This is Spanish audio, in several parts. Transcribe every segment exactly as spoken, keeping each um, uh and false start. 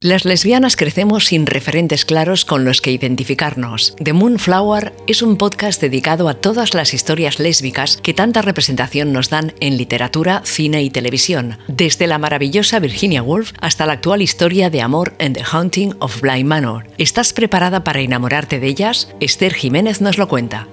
Las lesbianas crecemos sin referentes claros con los que identificarnos. The Moonflower es un podcast dedicado a todas las historias lésbicas que tanta representación nos dan en literatura, cine y televisión, desde la maravillosa Virginia Woolf hasta la actual historia de amor en The Haunting of Bly Manor. ¿Estás preparada para enamorarte de ellas? Esther Jiménez nos lo cuenta.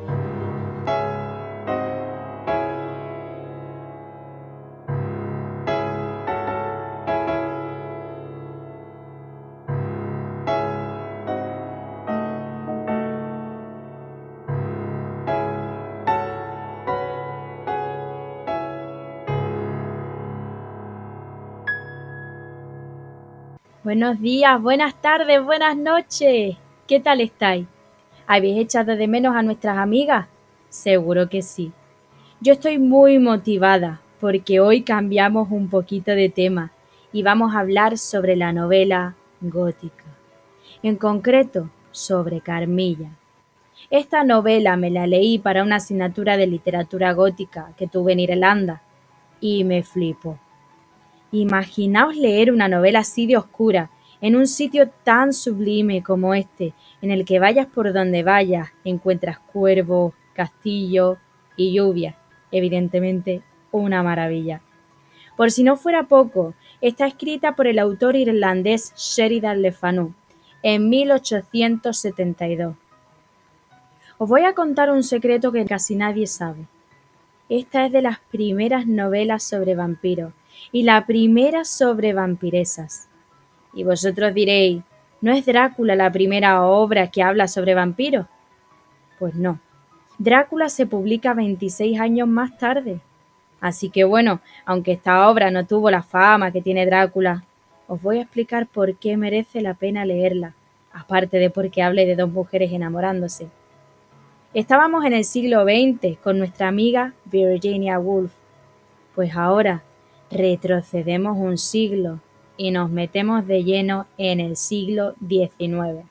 Buenos días, buenas tardes, buenas noches. ¿Qué tal estáis? ¿Habéis echado de menos a nuestras amigas? Seguro que sí. Yo estoy muy motivada porque hoy cambiamos un poquito de tema y vamos a hablar sobre la novela gótica. En concreto, sobre Carmilla. Esta novela me la leí para una asignatura de literatura gótica que tuve en Irlanda y me flipó. Imaginaos leer una novela así de oscura, en un sitio tan sublime como este, en el que vayas por donde vayas, encuentras cuervos, castillos y lluvia. Evidentemente, una maravilla. Por si no fuera poco, está escrita por el autor irlandés Sheridan Le Fanu, en mil ochocientos setenta y dos. Os voy a contar un secreto que casi nadie sabe. Esta es de las primeras novelas sobre vampiros y la primera sobre vampiresas. Y vosotros diréis, ¿no es Drácula la primera obra que habla sobre vampiros? Pues no. Drácula se publica veintiséis años más tarde. Así que bueno, aunque esta obra no tuvo la fama que tiene Drácula, os voy a explicar por qué merece la pena leerla, aparte de porque hable de dos mujeres enamorándose. Estábamos en el siglo veinte con nuestra amiga Virginia Woolf. Pues ahora retrocedemos un siglo y nos metemos de lleno en el siglo diecinueve.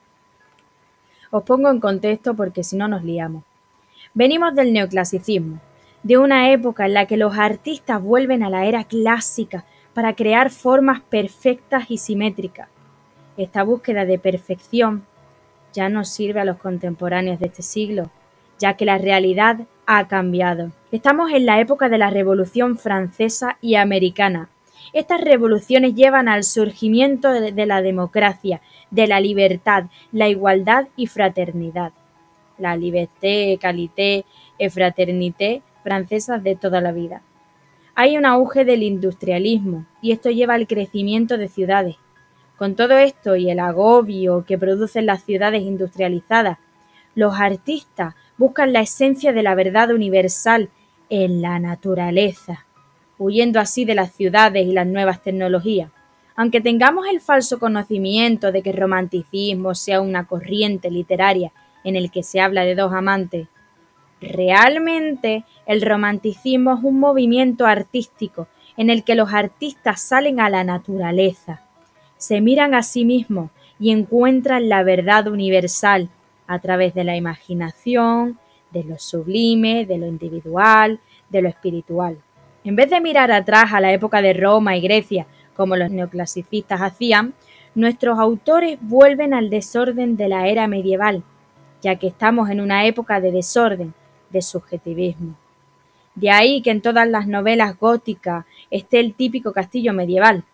Os pongo en contexto porque si no nos liamos. Venimos del neoclasicismo, de una época en la que los artistas vuelven a la era clásica para crear formas perfectas y simétricas. Esta búsqueda de perfección ya no sirve a los contemporáneos de este siglo, ya que la realidad ha cambiado. Estamos en la época de la Revolución Francesa y Americana. Estas revoluciones llevan al surgimiento de, de la democracia, de la libertad, la igualdad y fraternidad. La liberté, égalité et fraternité francesas de toda la vida. Hay un auge del industrialismo y esto lleva al crecimiento de ciudades. Con todo esto y el agobio que producen las ciudades industrializadas, los artistas buscan la esencia de la verdad universal en la naturaleza, huyendo así de las ciudades y las nuevas tecnologías. Aunque tengamos el falso conocimiento de que el romanticismo sea una corriente literaria en el que se habla de dos amantes, realmente el romanticismo es un movimiento artístico en el que los artistas salen a la naturaleza, se miran a sí mismos y encuentran la verdad universal a través de la imaginación, de lo sublime, de lo individual, de lo espiritual. En vez de mirar atrás a la época de Roma y Grecia, como los neoclasicistas hacían, nuestros autores vuelven al desorden de la era medieval, ya que estamos en una época de desorden, de subjetivismo. De ahí que en todas las novelas góticas esté el típico castillo medieval.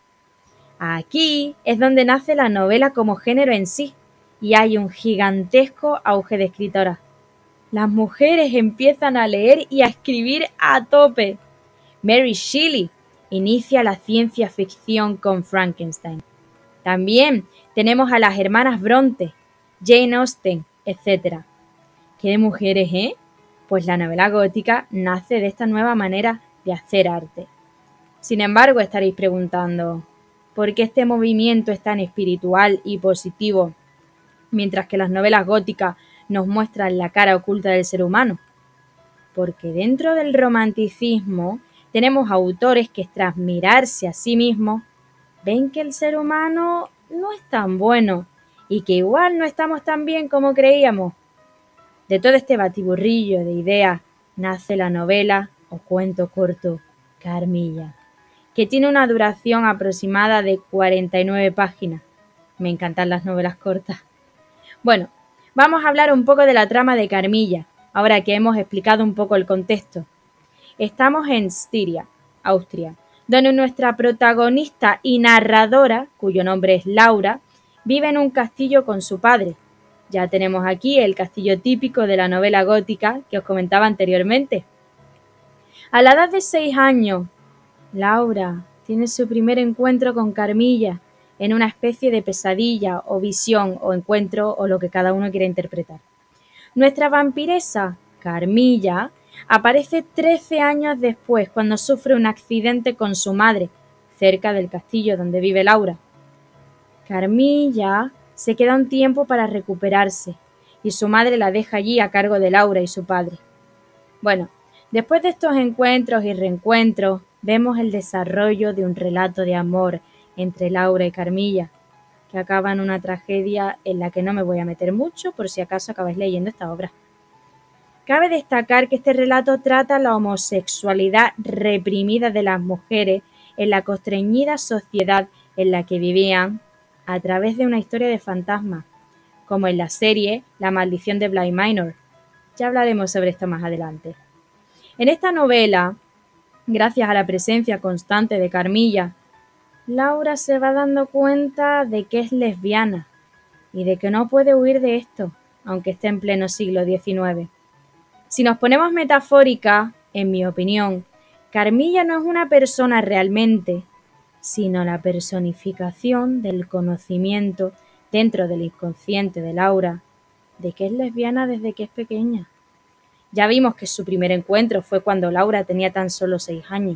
Aquí es donde nace la novela como género en sí, y hay un gigantesco auge de escritoras. Las mujeres empiezan a leer y a escribir a tope. Mary Shelley inicia la ciencia ficción con Frankenstein. También tenemos a las hermanas Bronte, Jane Austen, etcétera. ¿Qué de mujeres, eh? Pues la novela gótica nace de esta nueva manera de hacer arte. Sin embargo, estaréis preguntando, ¿por qué este movimiento es tan espiritual y positivo, mientras que las novelas góticas nos muestran la cara oculta del ser humano? Porque dentro del romanticismo tenemos autores que tras mirarse a sí mismos ven que el ser humano no es tan bueno y que igual no estamos tan bien como creíamos. De todo este batiburrillo de ideas nace la novela o cuento corto Carmilla, que tiene una duración aproximada de cuarenta y nueve páginas. Me encantan las novelas cortas. Bueno, vamos a hablar un poco de la trama de Carmilla, ahora que hemos explicado un poco el contexto. Estamos en Styria, Austria, donde nuestra protagonista y narradora, cuyo nombre es Laura, vive en un castillo con su padre. Ya tenemos aquí el castillo típico de la novela gótica que os comentaba anteriormente. A la edad de seis años, Laura tiene su primer encuentro con Carmilla en una especie de pesadilla o visión o encuentro o lo que cada uno quiera interpretar. Nuestra vampiresa, Carmilla, aparece trece años después cuando sufre un accidente con su madre, cerca del castillo donde vive Laura. Carmilla se queda un tiempo para recuperarse y su madre la deja allí a cargo de Laura y su padre. Bueno, después de estos encuentros y reencuentros, vemos el desarrollo de un relato de amor entre Laura y Carmilla, que acaba en una tragedia en la que no me voy a meter mucho por si acaso acabáis leyendo esta obra. Cabe destacar que este relato trata la homosexualidad reprimida de las mujeres en la constreñida sociedad en la que vivían a través de una historia de fantasmas, como en la serie La maldición de Bly Manor. Ya hablaremos sobre esto más adelante. En esta novela, gracias a la presencia constante de Carmilla, Laura se va dando cuenta de que es lesbiana y de que no puede huir de esto, aunque esté en pleno siglo diecinueve. Si nos ponemos metafórica, en mi opinión, Carmilla no es una persona realmente, sino la personificación del conocimiento dentro del inconsciente de Laura, de que es lesbiana desde que es pequeña. Ya vimos que su primer encuentro fue cuando Laura tenía tan solo seis años.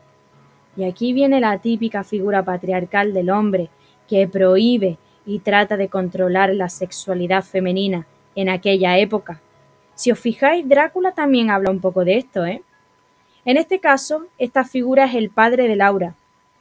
Y aquí viene la típica figura patriarcal del hombre que prohíbe y trata de controlar la sexualidad femenina en aquella época. Si os fijáis, Drácula también habla un poco de esto, ¿eh? En este caso, esta figura es el padre de Laura.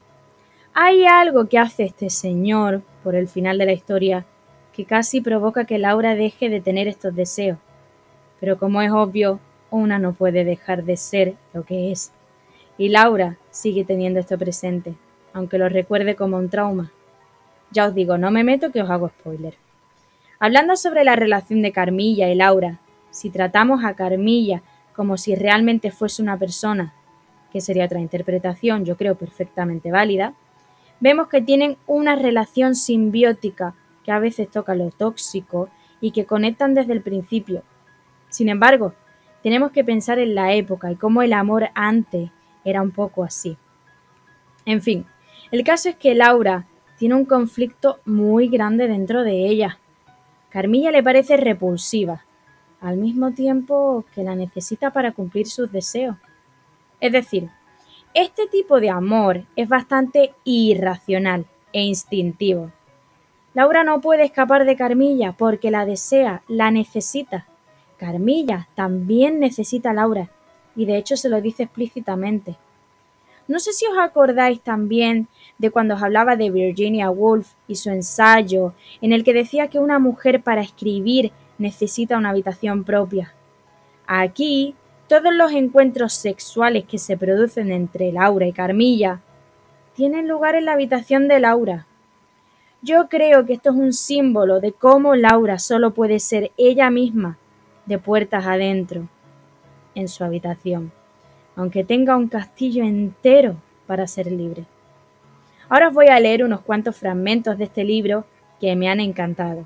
Hay algo que hace este señor, por el final de la historia, que casi provoca que Laura deje de tener estos deseos. Pero como es obvio, una no puede dejar de ser lo que es. Y Laura sigue teniendo esto presente, aunque lo recuerde como un trauma. Ya os digo, no me meto que os hago spoiler. Hablando sobre la relación de Carmilla y Laura, si tratamos a Carmilla como si realmente fuese una persona, que sería otra interpretación, yo creo perfectamente válida, vemos que tienen una relación simbiótica que a veces toca lo tóxico y que conectan desde el principio. Sin embargo, tenemos que pensar en la época y cómo el amor antes era un poco así. En fin, el caso es que Laura tiene un conflicto muy grande dentro de ella. Carmilla le parece repulsiva, al mismo tiempo que la necesita para cumplir sus deseos. Es decir, este tipo de amor es bastante irracional e instintivo. Laura no puede escapar de Carmilla porque la desea, la necesita. Carmilla también necesita a Laura y de hecho se lo dice explícitamente. No sé si os acordáis también de cuando os hablaba de Virginia Woolf y su ensayo en el que decía que una mujer para escribir necesita una habitación propia. Aquí, todos los encuentros sexuales que se producen entre Laura y Carmilla tienen lugar en la habitación de Laura. Yo creo que esto es un símbolo de cómo Laura solo puede ser ella misma de puertas adentro, en su habitación, aunque tenga un castillo entero para ser libre. Ahora os voy a leer unos cuantos fragmentos de este libro que me han encantado.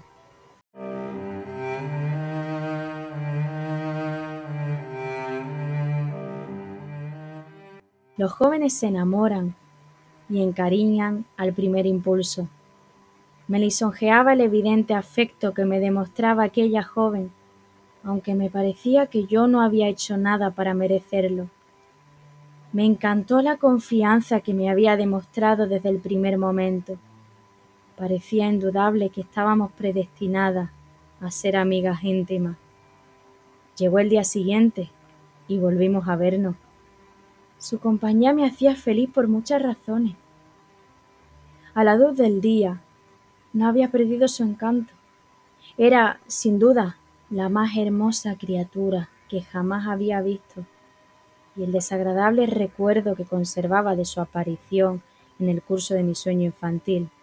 Los jóvenes se enamoran y encariñan al primer impulso. Me lisonjeaba el evidente afecto que me demostraba aquella joven, aunque me parecía que yo no había hecho nada para merecerlo. Me encantó la confianza que me había demostrado desde el primer momento. Parecía indudable que estábamos predestinadas a ser amigas íntimas. Llegó el día siguiente y volvimos a vernos. Su compañía me hacía feliz por muchas razones. A la luz del día, no había perdido su encanto. Era, sin duda, la más hermosa criatura que jamás había visto, y el desagradable recuerdo que conservaba de su aparición en el curso de mi sueño infantil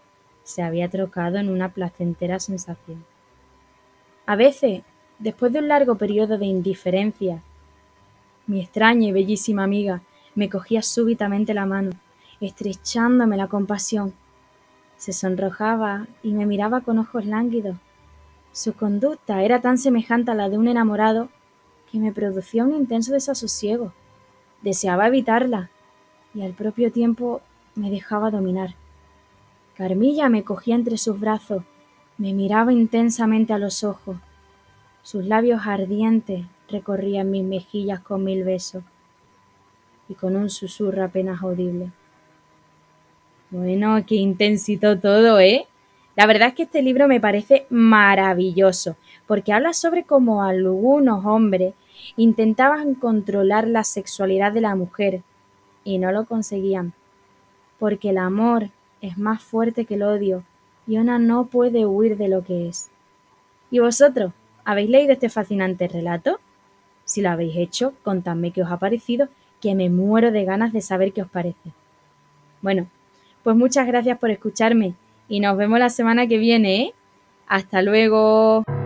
se había trocado en una placentera sensación. A veces, después de un largo periodo de indiferencia, mi extraña y bellísima amiga me cogía súbitamente la mano, estrechándomela con pasión. Se sonrojaba y me miraba con ojos lánguidos. Su conducta era tan semejante a la de un enamorado que me producía un intenso desasosiego. Deseaba evitarla y al propio tiempo me dejaba dominar. Carmilla me cogía entre sus brazos, me miraba intensamente a los ojos. Sus labios ardientes recorrían mis mejillas con mil besos y con un susurro apenas audible. Bueno, qué intensito todo, ¿eh? La verdad es que este libro me parece maravilloso, porque habla sobre cómo algunos hombres intentaban controlar la sexualidad de la mujer y no lo conseguían, porque el amor es más fuerte que el odio y una no puede huir de lo que es. ¿Y vosotros? ¿Habéis leído este fascinante relato? Si lo habéis hecho, contadme qué os ha parecido, que me muero de ganas de saber qué os parece. Bueno, pues muchas gracias por escucharme y nos vemos la semana que viene, ¿eh? ¡Hasta luego!